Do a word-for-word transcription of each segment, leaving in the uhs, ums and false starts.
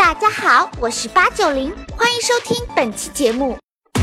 大家好，我是八九零，欢迎收听本期节目。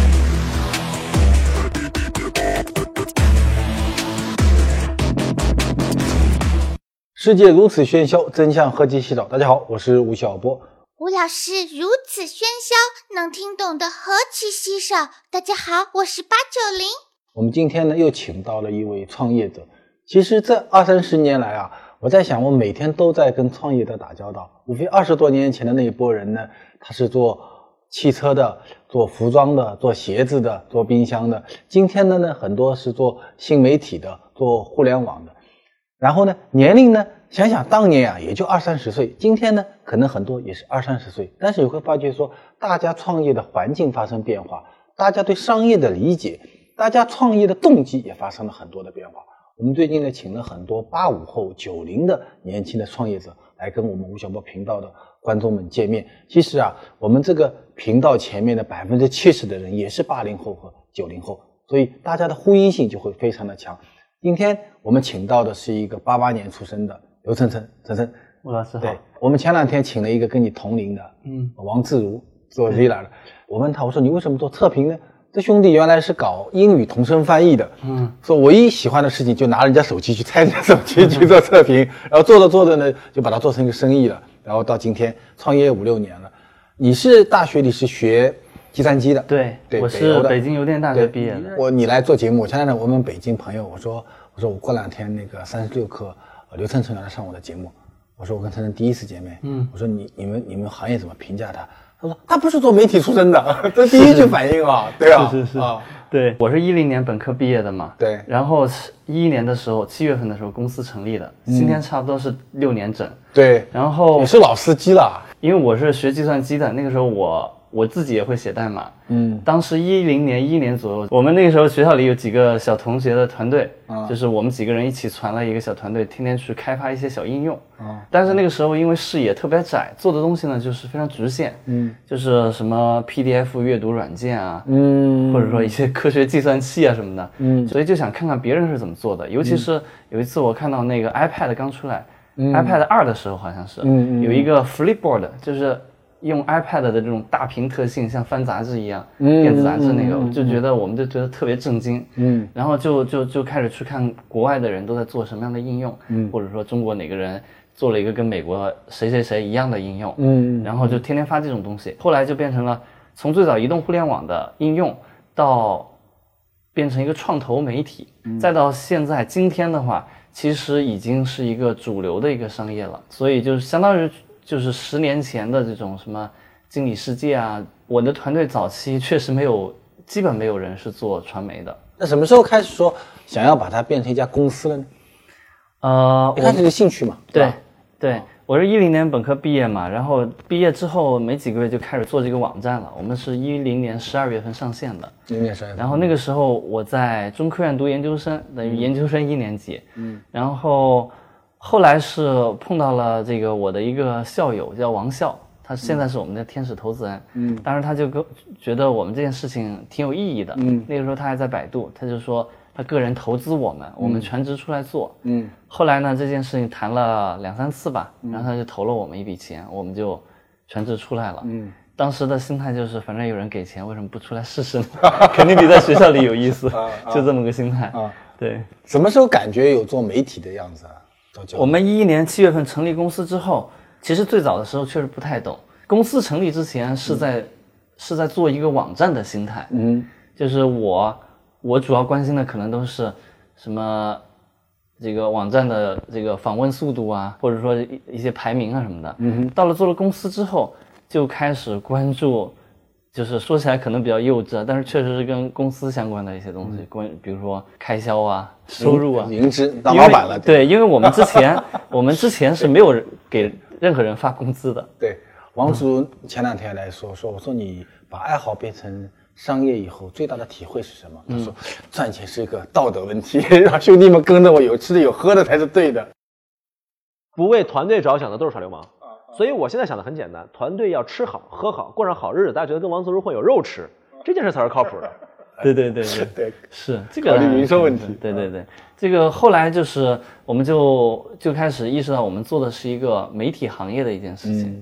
世界如此喧嚣，真相何其稀少。大家好，我是吴晓波。 吴老师如此喧嚣，能听懂的何其稀少。大家好，我是八九零。 我们今天呢又请到了一位创业者。其实这二三十年来啊，我在想，我每天都在跟创业者打交道。无非二十多年前的那一波人呢，他是做汽车的，做服装的，做鞋子的，做冰箱的。今天的呢，很多是做新媒体的，做互联网的。然后呢，年龄呢，想想当年啊，也就二三十岁，今天呢，可能很多也是二三十岁。但是你会发觉说，大家创业的环境发生变化，大家对商业的理解，大家创业的动机也发生了很多的变化。我们最近呢，请了很多八五后、九零的年轻的创业者来跟我们吴晓波频道的观众们见面。其实啊，我们这个频道前面的百分之七十的人也是八零后和九零后，所以大家的呼应性就会非常的强。今天我们请到的是一个八八年出生的刘晨晨，晨晨， 吴老师好。 对，我们前两天请了一个跟你同龄的，嗯，王自如做 Villa 的。我问他，我说你为什么做测评呢？这兄弟原来是搞英语同声翻译的，嗯，说唯一喜欢的事情就拿人家手机去拆人家手机去做测评，然后做着做着呢，就把它做成一个生意了。然后到今天创业五六年了。你是大学里是学计算机的？ 对， 对， 我是北京邮电大学毕业的。 我你来做节目，前两天我们北京朋友，我说我说我过两天那个三十六课，刘晨晨要来上我的节目，我说我跟晨晨第一次见面，嗯，我说你你们你们行业怎么评价他？他说他不是做媒体出身的，这第一句反应啊，对啊， 是是是啊， 对，我是一零年本科毕业的嘛， 对， 然后一一年的时候，七月份的时候公司成立的，嗯、今天差不多是六年整， 对， 然后你是老司机了， 因为我是学计算机的，那个时候我。我自己也会写代码，嗯，当时一零年一年左右，我们那个时候学校里有几个小同学的团队，啊、就是我们几个人一起传了一个小团队，天天去开发一些小应用，啊，但是那个时候因为视野特别窄，做的东西呢就是非常局限，嗯，就是什么 P D F 阅读软件啊，嗯，或者说一些科学计算器啊什么的，嗯，所以就想看看别人是怎么做的，尤其是有一次我看到那个 iPad 刚出来，嗯、iPad 二的时候好像是，嗯，有一个 Flipboard， 就是。用 iPad 的这种大屏特性，像翻杂志一样，嗯、电子杂志那个，嗯、就觉得我们就觉得特别震惊，嗯，然后就就就开始去看国外的人都在做什么样的应用，嗯，或者说中国哪个人做了一个跟美国谁谁谁一样的应用，嗯，然后就天天发这种东西，后来就变成了从最早移动互联网的应用到变成一个创投媒体，嗯、再到现在今天的话，其实已经是一个主流的一个商业了，所以就是相当于。就是十年前的这种什么经理世界啊，我的团队早期确实没有，基本没有人是做传媒的。 那什么时候开始说想要把它变成一家公司了呢？呃，一开始是兴趣嘛。 对对，我是一零年本科毕业嘛，然后毕业之后没几个月就开始做这个网站了。我们是一零年十二月份上线的。 一零年十二月份。 然后那个时候我在中科院读研究生，等于研究生一年级。嗯。然后。后来是碰到了这个我的一个校友叫王笑，他现在是我们的天使投资人，嗯，当时他就跟觉得我们这件事情挺有意义的，嗯，那个时候他还在百度，他就说他个人投资我们，我们全职出来做，嗯，后来呢这件事情谈了两三次吧，然后他就投了我们一笔钱，我们就全职出来了，嗯，当时的心态就是反正有人给钱，为什么不出来试试呢？肯定比在学校里有意思，就这么个心态啊，对。 什么时候感觉有做媒体的样子啊？ 我们一一年七月份成立公司之后，其实最早的时候确实不太懂。公司成立之前是在、嗯、是在做一个网站的心态，嗯，就是我我主要关心的可能都是什么这个网站的这个访问速度啊，或者说一些排名啊什么的。嗯，到了做了公司之后，就开始关注。就是说起来可能比较幼稚，但是确实是跟公司相关的一些东西，关、嗯、比如说开销啊、收入啊、 盈支当老板了。 对，因为我们之前我们之前是没有给任何人发工资的。 对，王叔前两天来说说，我说你把爱好变成商业以后，最大的体会是什么？他说、嗯、赚钱是一个道德问题，让兄弟们跟着我有吃的有喝的才是对的。 不为团队着想的都是耍流氓。所以我现在想的很简单，团队要吃好喝好过上好日子，大家觉得跟王自如混有肉吃，这件事才是靠谱的。 对对对对对， 是这个考虑民生问题。 对对对，这个后来就是我们就就开始意识到，我们做的是一个媒体行业的一件事情。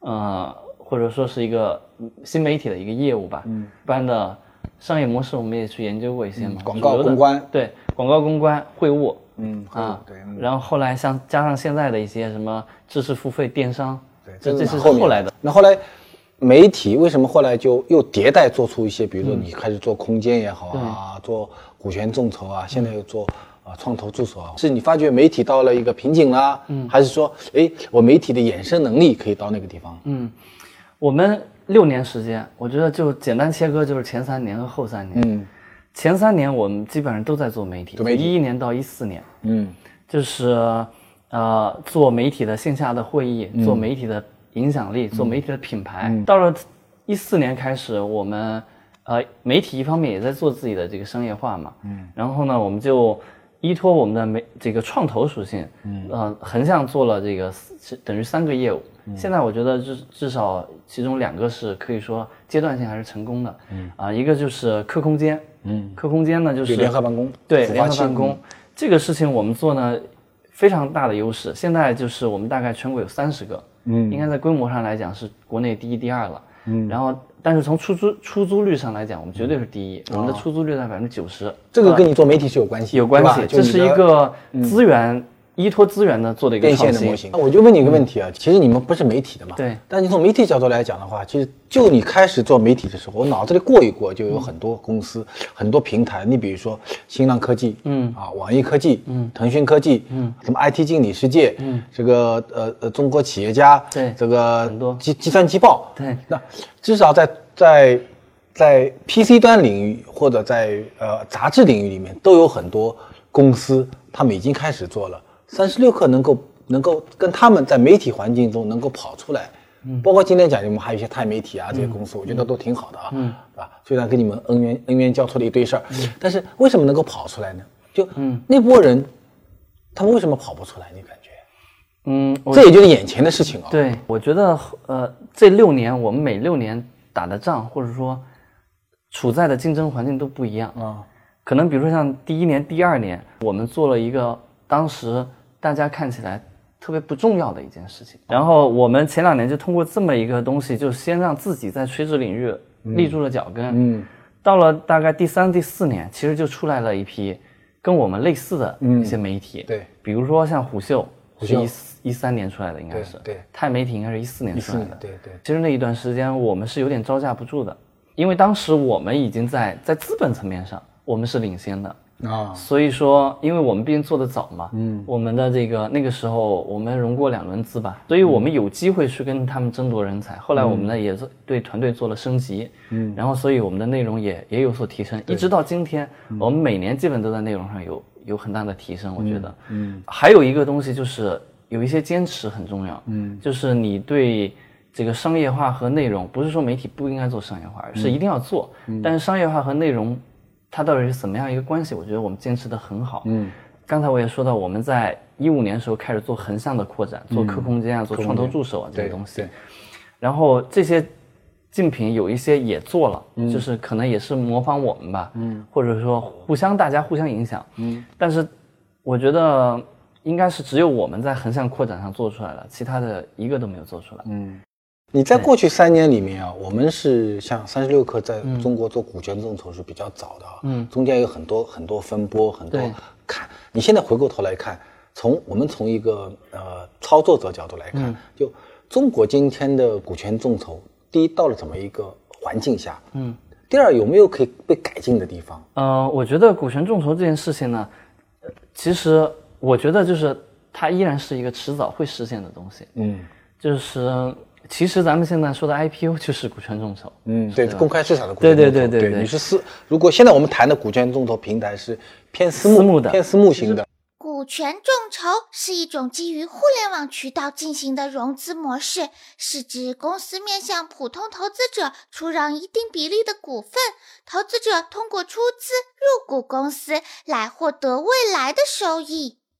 呃，或者说是一个新媒体的一个业务吧。嗯，一般的商业模式我们也去研究过一些嘛， 嗯、广告公关， 对，广告公关、会务， 嗯啊， 对。嗯、 然后后来像加上现在的一些什么知识付费电商， 对， 这这是后后来的。 那后来媒体为什么后来就又迭代做出一些，比如说你开始做空间也好啊，嗯、做股权众筹啊，现在又做。啊，创投助手啊，是你发觉媒体到了一个瓶颈啦，嗯，还是说，哎，我媒体的衍生能力可以到那个地方？ 嗯，我们六年时间，我觉得就简单切割，就是前三年和后三年。嗯，前三年我们基本上都在做媒体， 做媒体， 一一年到一四年， 嗯， 就是呃做媒体的线下的会议，嗯、做媒体的影响力，嗯、做媒体的品牌。嗯、到了一四年开始，我们呃媒体一方面也在做自己的这个商业化嘛，嗯，然后呢，我们就依托我们的媒这个创投属性，嗯，呃，横向做了这个等于三个业务。嗯、现在我觉得至至少其中两个是可以说阶段性还是成功的。嗯，啊、呃，一个就是客空间，嗯，客空间呢就是联合办公， 对，联合办公、嗯、这个事情我们做呢非常大的优势。现在就是我们大概全国有三十个，嗯，应该在规模上来讲是国内第一、第二了。嗯，然后。但是从出租出租率上来讲，我们绝对是第一，嗯、我们的出租率在百分之九十。 这个跟你做媒体是有关系， 有关系。这是一个资源、嗯、依托资源的做的一个变现的模型。我就问你一个问题啊，嗯、其实你们不是媒体的嘛？ 对。 但你从媒体角度来讲的话，其实就你开始做媒体的时候，我脑子里过一过，就有很多公司、嗯、很多平台。你比如说新浪科技，嗯啊，网易科技，嗯，腾讯科技，嗯，什么 I T 经理世界，嗯，这个呃呃中国企业家， 对， 这个很多计计算机报， 对， 那至少在在在 P C 端领域或者在呃杂志领域里面都有很多公司，他们已经开始做了。三十六氪能够能够跟他们在媒体环境中能够跑出来，嗯，包括今天讲我们还有一些钛媒体啊这些公司，嗯、我觉得都挺好的啊，嗯，对吧？虽然跟你们恩冤恩冤交错了一堆事儿，嗯，但是为什么能够跑出来呢？就嗯那波人，他们为什么跑不出来？你感觉？ 嗯， 这也就是眼前的事情啊。 对，我觉得呃这六年我们每六年打的仗，或者说处在的竞争环境都不一样啊、嗯。可能比如说像第一年、第二年，我们做了一个当时大家看起来特别不重要的一件事情，然后我们前两年就通过这么一个东西，就先让自己在垂直领域立住了脚跟。嗯，嗯到了大概第三、第四年，其实就出来了一批跟我们类似的一些媒体， 嗯、对， 比如说像虎嗅。是一一三年出来的，应该是对。 钛媒体应该是一四年出来的， 对对。 其实那一段时间我们是有点招架不住的，因为当时我们已经在在资本层面上我们是领先的啊，所以说因为我们毕竟做得早嘛，嗯，我们的这个那个时候我们融过两轮资吧，所以我们有机会去跟他们争夺人才。后来我们呢也是对团队做了升级，嗯，然后所以我们的内容也也有所提升，一直到今天，我们每年基本都在内容上有。有很大的提升，我觉得，嗯，嗯还有一个东西就是有一些坚持很重要，嗯，就是你对这个商业化和内容，不是说媒体不应该做商业化，而是一定要做，嗯，但是商业化和内容它到底是怎么样一个关系？我觉得我们坚持得很好，嗯，刚才我也说到，我们在一五年的时候开始做横向的扩展，做客空间啊，嗯、做创投助手啊这些东西，然后这些。竞品有一些也做了、嗯，就是可能也是模仿我们吧，嗯，或者说互相大家互相影响，嗯，但是我觉得应该是只有我们在横向扩展上做出来了，其他的一个都没有做出来。 嗯，你在过去三年里面啊，我们是像三十六氪在中国做股权众筹是比较早的啊，嗯，中间有很多很多分拨，很多看。你现在回过头来看，从我们从一个呃操作者角度来看，嗯、就中国今天的股权众筹。第一，到了怎么一个环境下？嗯。第二，有没有可以被改进的地方？ 呃，我觉得股权众筹这件事情呢，其实我觉得就是它依然是一个迟早会实现的东西。嗯。就是其实咱们现在说的 I P O 就是股权众筹。 嗯，对，公开市场的股权众筹。 对对对对对。你是私，如果现在我们谈的股权众筹平台是偏私募, 私募的， 偏私募型的。 股权众筹是一种基于互联网渠道进行的融资模式，是指公司面向普通投资者出让一定比例的股份，投资者通过出资入股公司来获得未来的收益。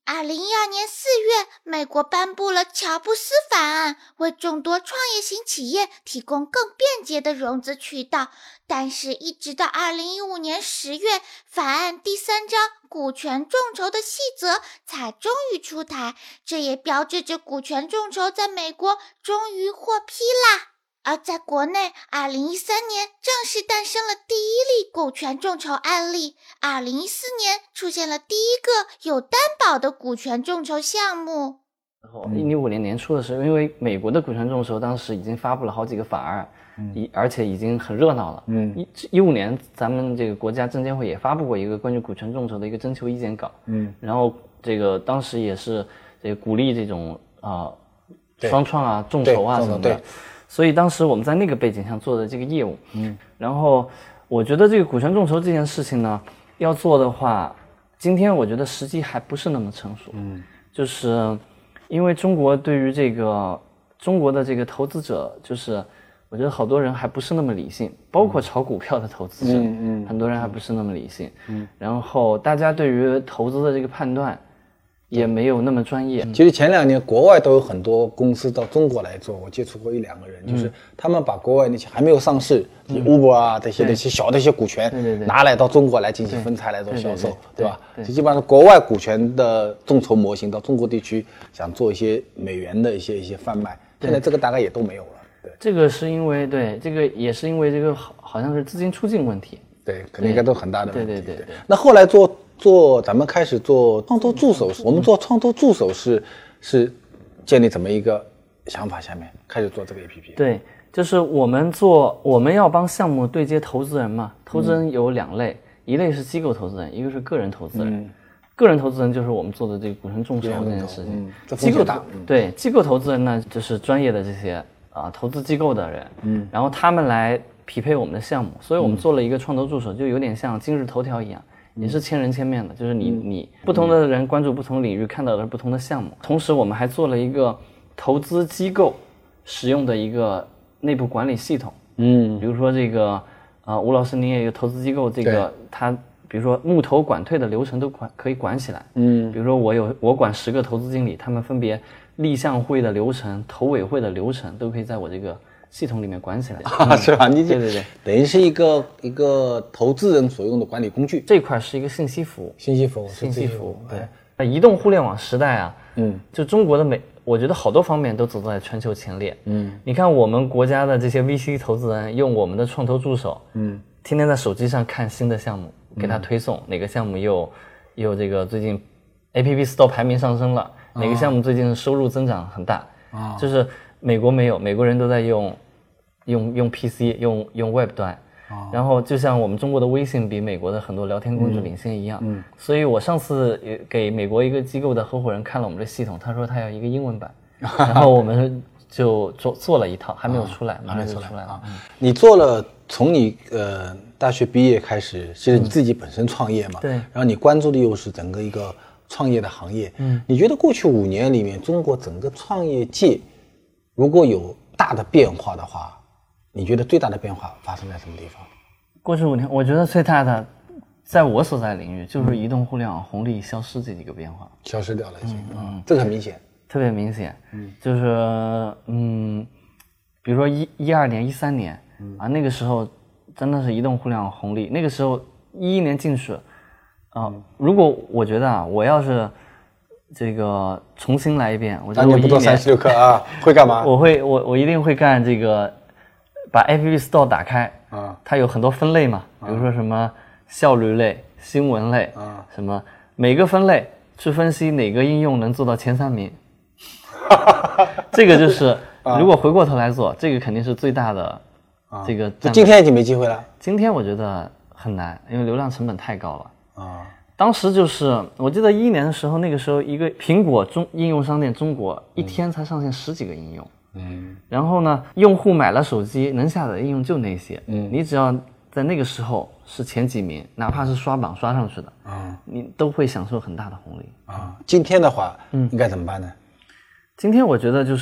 二零一二年四月，美国颁布了乔布斯法案，为众多创业型企业提供更便捷的融资渠道。但是，一直到二零一五年十月，法案第三章股权众筹的细则才终于出台，这也标志着股权众筹在美国终于获批啦。而在国内，二零一三年正式诞生了第一例股权众筹案例，二零一四年出现了第一个有担保的股权众筹项目。 然后一五年年初的时候，因为美国的股权众筹当时已经发布了好几个法案，嗯，而且已经很热闹了。嗯，一一五年咱们这个国家证监会也发布过一个关于股权众筹的一个征求意见稿。嗯，然后这个当时也是这个鼓励这种啊、呃、双创啊、众筹啊什么的。所以当时我们在那个背景下做的这个业务，嗯，然后我觉得这个股权众筹这件事情呢，要做的话，今天我觉得时机还不是那么成熟，嗯，就是因为中国对于这个中国的这个投资者，就是我觉得好多人还不是那么理性，包括炒股票的投资者，嗯嗯，很多人还不是那么理性，嗯，然后大家对于投资的这个判断也没有那么专业。 其实前两年国外都有很多公司到中国来做，我接触过一两个人，就是他们把国外那些还没有上市，嗯、Uber 啊这些那些小的一些股权，对对对，拿来到中国来进行分拆来做销售， 对, 对, 对, 对吧？就基本上国外股权的众筹模型到中国地区想做一些美元的一些一些贩卖，现在这个大概也都没有了。对， 这个是因为对这个也是因为这个好好像是资金出境问题， 对，肯定应该都很大的问题。 对对对 对, 对。 那后来做。做咱们开始做创投助手，我们做创投助手是是建立怎么一个想法下面开始做这个 A P P？ 对，就是我们做我们要帮项目对接投资人嘛，投资人有两类，嗯、一类是机构投资人，一个是个人投资人。嗯、个人投资人就是我们做的这个股权众筹这件事情。 嗯、机构大、 嗯、对机构投资人呢，就是专业的这些啊投资机构的人，嗯，然后他们来匹配我们的项目，所以我们做了一个创投助手，就有点像今日头条一样。也是千人千面的，就是你你不同的人关注不同领域，看到的是不同的项目。同时，我们还做了一个投资机构使用的一个内部管理系统。嗯，比如说这个，呃，吴老师您也有投资机构，这个他比如说募投管退的流程都管可以管起来。嗯，比如说我有我管十个投资经理，他们分别立项会的流程、投委会的流程都可以在我这个系统里面管起来， 啊、是吧？你对对对， 等于是一个一个投资人所用的管理工具。 这块是一个信息服务， 信息服务， 信息服务。对，那移动互联网时代啊，嗯，就中国的每，我觉得好多方面都走在全球前列。嗯，你看我们国家的这些 V C 投资人用我们的创投助手，嗯，天天在手机上看新的项目，给他推送、嗯、哪个项目又又这个最近 A P P Store 排名上升了，哦、哪个项目最近收入增长很大，哦、就是。美国没有，美国人都在用，用用 P C， 用用 Web 端，哦、然后就像我们中国的微信比美国的很多聊天工具领先一样，嗯嗯、所以我上次也给美国一个机构的合伙人看了我们这系统，他说他要一个英文版，然后我们就做做了一套，还没有出来，马上就出来了。 啊、你做了，从你呃大学毕业开始，其实你自己本身创业嘛， 对、嗯， 然后你关注的又是整个一个创业的行业，嗯，你觉得过去五年里面，中国整个创业界如果有大的变化的话，你觉得最大的变化发生在什么地方？ 过去五年，我觉得最大的，在我所在领域，就是移动互联网红利消失这几个变化， 消失掉了已经，嗯，嗯这个很明显， 特别明显，嗯，就是嗯，比如说一一二年、一三年，嗯、啊，那个时候真的是移动互联网红利，那个时候一一年进去，啊、呃，如果我觉得啊，我要是这个重新来一遍，我觉得我一年不做三十六课啊，会干嘛？ 我会，我我一定会干这个，把 A P P Store 打开，啊，它有很多分类嘛，比如说什么效率类、新闻类，啊，什么每个分类去分析哪个应用能做到前三名，这个就是，如果回过头来做，这个肯定是最大的，这个。 今天已经没机会了。 今天我觉得很难，因为流量成本太高了，啊。当时就是我记得一一年的时候，那个时候一个苹果中应用商店中国一天才上线十几个应用，嗯，然后呢，用户买了手机能下载的应用就那些，嗯，你只要在那个时候是前几名，哪怕是刷榜刷上去的，啊，你都会享受很大的红利啊。今天的话，嗯，应该怎么办呢？ 今天我觉得就是，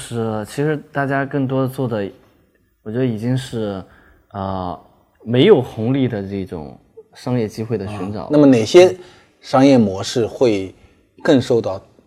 其实大家更多做的，我觉得已经是，呃，没有红利的这种商业机会的寻找。 啊，那么哪些商业模式会更受到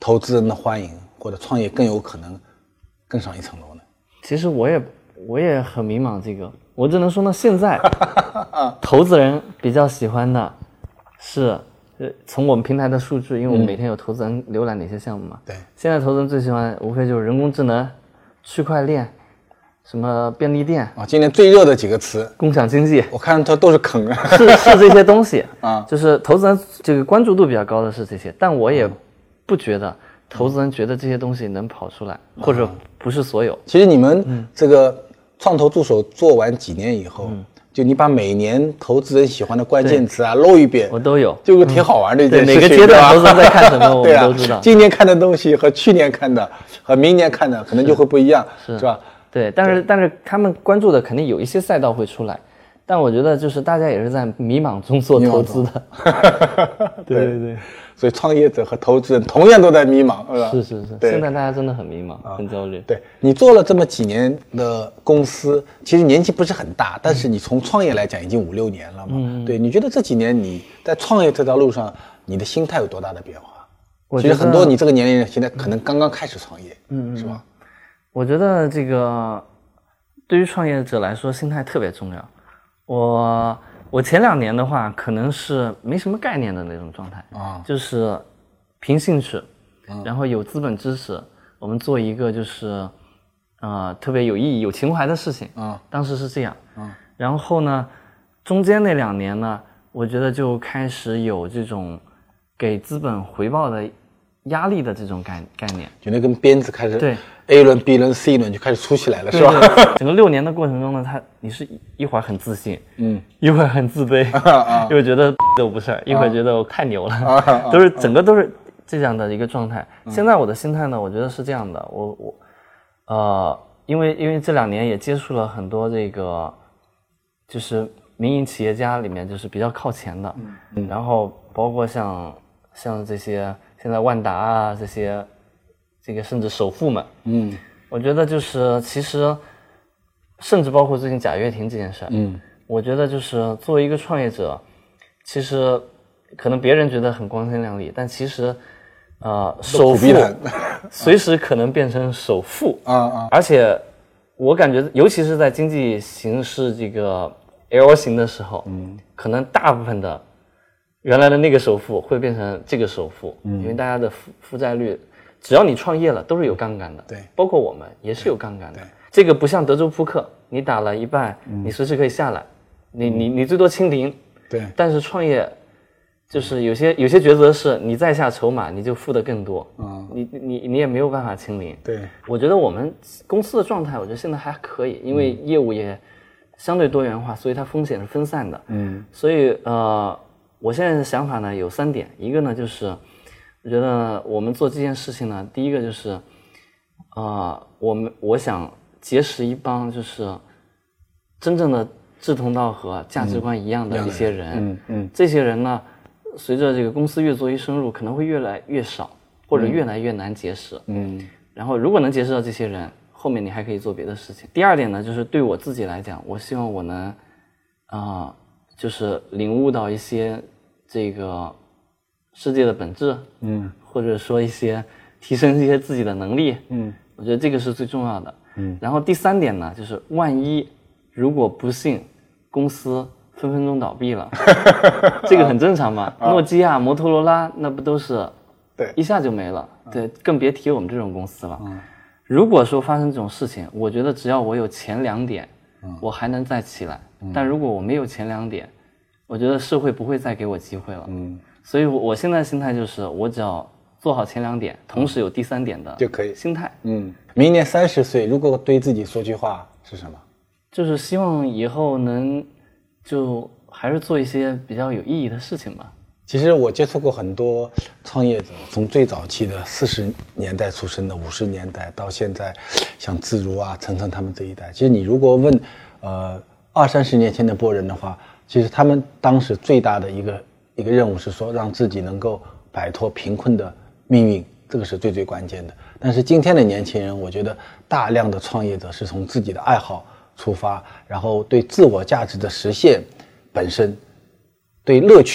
投资人的欢迎，或者创业更有可能更上一层楼呢？ 其实我也我也很迷茫，这个我只能说呢，现在投资人比较喜欢的是，呃，从我们平台的数据，因为我们每天有投资人浏览哪些项目嘛， 对， 现在投资人最喜欢无非就是人工智能、区块链、什么便利店啊，今年最热的几个词， 共享经济， 我看它都是坑啊， 是是这些东西啊， 就是投资人这个关注度比较高的是这些，但我也不觉得投资人觉得这些东西能跑出来， 嗯、 或者不是所有。 其实你们这个创投助手做完几年以后，嗯、就你把每年投资人喜欢的关键词啊搂一遍， 我都有， 就挺好玩的一件事情。 每个阶段投资人在看什么，我们都知道。 啊、今年看的东西和去年看的和明年看的可能就会不一样，是, 是吧？ 对，但是但是他们关注的肯定有一些赛道会出来，但我觉得就是大家也是在迷茫中做投资的。对对对。 所以创业者和投资人同样都在迷茫，是吧？ 是是是，现在大家真的很迷茫，很焦虑。 对，你做了这么几年的公司，其实年纪不是很大，但是你从创业来讲已经五六年了嘛。嗯，对，你觉得这几年你在创业这条路上，你的心态有多大的变化？其实很多你这个年龄人现在可能刚刚开始创业，嗯，是吧？ 我觉得这个对于创业者来说，心态特别重要。我。我前两年的话，可能是没什么概念的那种状态啊，就是凭兴趣，嗯、然后有资本支持，我们做一个就是，呃，特别有意义、有情怀的事情啊。当时是这样，嗯，然后呢，中间那两年呢，我觉得就开始有这种给资本回报的压力的这种概概念， 就那根鞭子开始对 A 轮、B 轮、C 轮就开始出起来了，是吧？ 整个六年的过程中呢，他你是一会儿很自信，嗯，一会儿很自卑， 啊、 一会儿觉得都不是，一会儿觉得我太牛了，啊、都是整个都是这样的一个状态。嗯、现在我的心态呢，我觉得是这样的，我我呃，因为因为这两年也接触了很多这个，就是民营企业家里面就是比较靠前的，嗯，然后包括像像这些现在万达啊这些。这个甚至首富们，嗯，我觉得就是其实，甚至包括最近贾跃亭这件事，嗯，我觉得就是作为一个创业者，其实可能别人觉得很光鲜亮丽，但其实，呃，首富随时可能变成首富啊啊！而且我感觉，尤其是在经济形势这个 L 型的时候，嗯，可能大部分的原来的那个首富会变成这个首富，嗯，因为大家的负负债率。只要你创业了，都是有杠杆的， 对， 包括我们也是有杠杆的。这个不像德州扑克，你打了一半，嗯、你随时可以下来，你你你最多清零， 对。 但是创业，就是有些有些抉择是你再下筹码，你就付的更多，嗯，你你你也没有办法清零。 对， 我觉得我们公司的状态，我觉得现在还可以，因为业务也相对多元化，所以它风险是分散的，嗯。所以呃，我现在的想法呢有三点，一个呢就是。我觉得我们做这件事情呢，第一个就是，啊、呃，我们我想结识一帮就是真正的志同道合、价值观一样的一些人。嗯 嗯, 嗯，这些人呢，随着这个公司越做越深入，可能会越来越少，或者越来越难结识。嗯，然后如果能结识到这些人，后面你还可以做别的事情。第二点呢，就是对我自己来讲，我希望我能啊、呃，就是领悟到一些这个。世界的本质，嗯，或者说一些提升一些自己的能力，嗯，我觉得这个是最重要的，嗯。然后第三点呢，就是万一如果不幸公司分分钟倒闭了，这个很正常嘛。啊、诺基亚、摩托罗拉那不都是， 对， 一下就没了，对，更别提我们这种公司了。嗯、如果说发生这种事情，我觉得只要我有前两点，嗯、我还能再起来。嗯、但如果我没有前两点，我觉得社会不会再给我机会了。嗯。所以我现在心态就是，我只要做好前两点，同时有第三点的就可以心态。 嗯，明年三十岁，如果对自己说句话是什么？ 就是希望以后能就还是做一些比较有意义的事情吧。 其实我接触过很多创业者，从最早期的四十年代出生的，五十年代到现在，像自如啊、晨晨他们这一代。其实你如果问，呃，二三十年前的波人的话，其实他们当时最大的一个。一个任务是说让自己能够摆脱贫困的命运，这个是最最关键的。但是今天的年轻人，我觉得大量的创业者是从自己的爱好出发，然后对自我价值的实现本身，对乐趣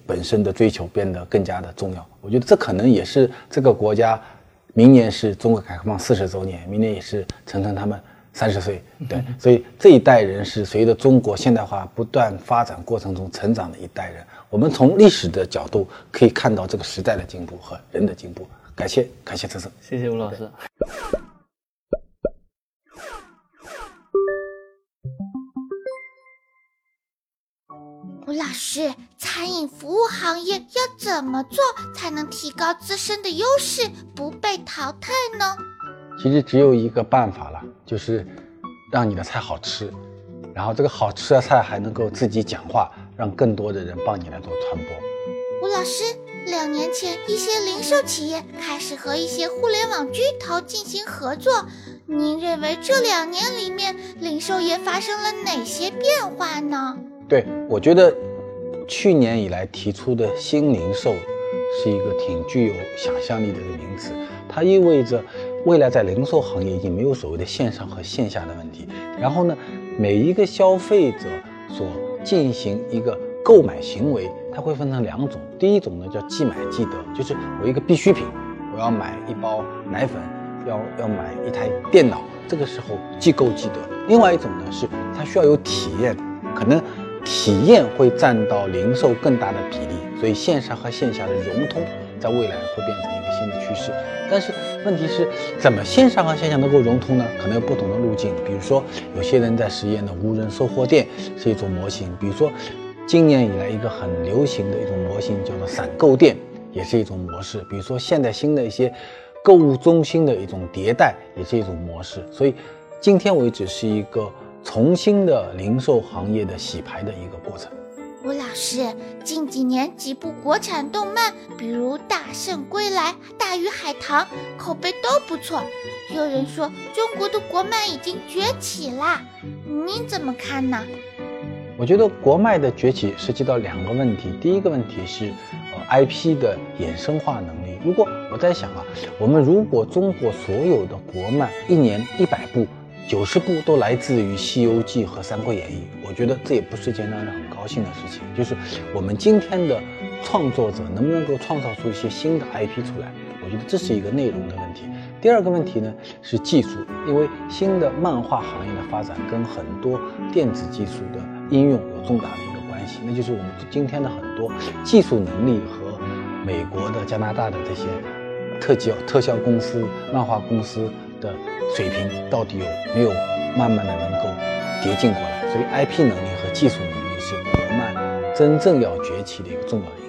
本身的追求变得更加的重要。我觉得这可能也是这个国家，明年是中国改革开放四十周年，明年也是陈诚他们三十岁，对，所以这一代人是随着中国现代化不断发展过程中成长的一代人。我们从历史的角度可以看到这个时代的进步和人的进步。感谢，感谢陈诚， 谢谢吴老师。 吴老师，餐饮服务行业要怎么做才能提高自身的优势，不被淘汰呢？ 其实只有一个办法了，就是让你的菜好吃，然后这个好吃的菜还能够自己讲话，让更多的人帮你来做传播。 吴老师，两年前一些零售企业开始和一些互联网巨头进行合作，您认为这两年里面零售业发生了哪些变化呢？ 对，我觉得去年以来提出的新零售是一个挺具有想象力的一个名词，它意味着未来在零售行业已经没有所谓的线上和线下的问题。然后呢，每一个消费者所进行一个购买行为，它会分成两种。第一种呢叫即买即得，就是我一个必需品，我要买一包奶粉，要要买一台电脑，这个时候即购即得。另外一种呢是它需要有体验，可能体验会占到零售更大的比例，所以线上和线下的融通在未来会变成一个新的趋势。但是问题是，怎么线上和线下能够融通呢？可能有不同的路径。比如说，有些人在实验的无人售货店是一种模型，比如说今年以来一个很流行的一种模型叫做散购店，也是一种模式。比如说现在新的一些购物中心的一种迭代，也是一种模式。所以今天为止是一个重新的零售行业的洗牌的一个过程。 吴老师，近几年几部国产动漫，比如《大圣归来》《大鱼海棠》，口碑都不错。有人说中国的国漫已经崛起啦，您怎么看呢？ 我觉得国漫的崛起涉及到两个问题。第一个问题是呃 I P 的衍生化能力。如果我在想啊，我们如果中国所有的国漫一年一百部九十部都来自于《西游记》和《三国演义》，我觉得这也不是件让人很高兴的事情。就是我们今天的创作者能不能够创造出一些新的 I P 出来，我觉得这是一个内容的问题。第二个问题呢是技术，因为新的漫画行业的发展跟很多电子技术的应用有重大的一个关系，那就是我们今天的很多技术能力和美国的、加拿大的这些特技特效公司、漫画公司的水平到底有没有慢慢的能够叠进过来。所以 I P 能力和技术能力是国漫真正要崛起的一个重要的一个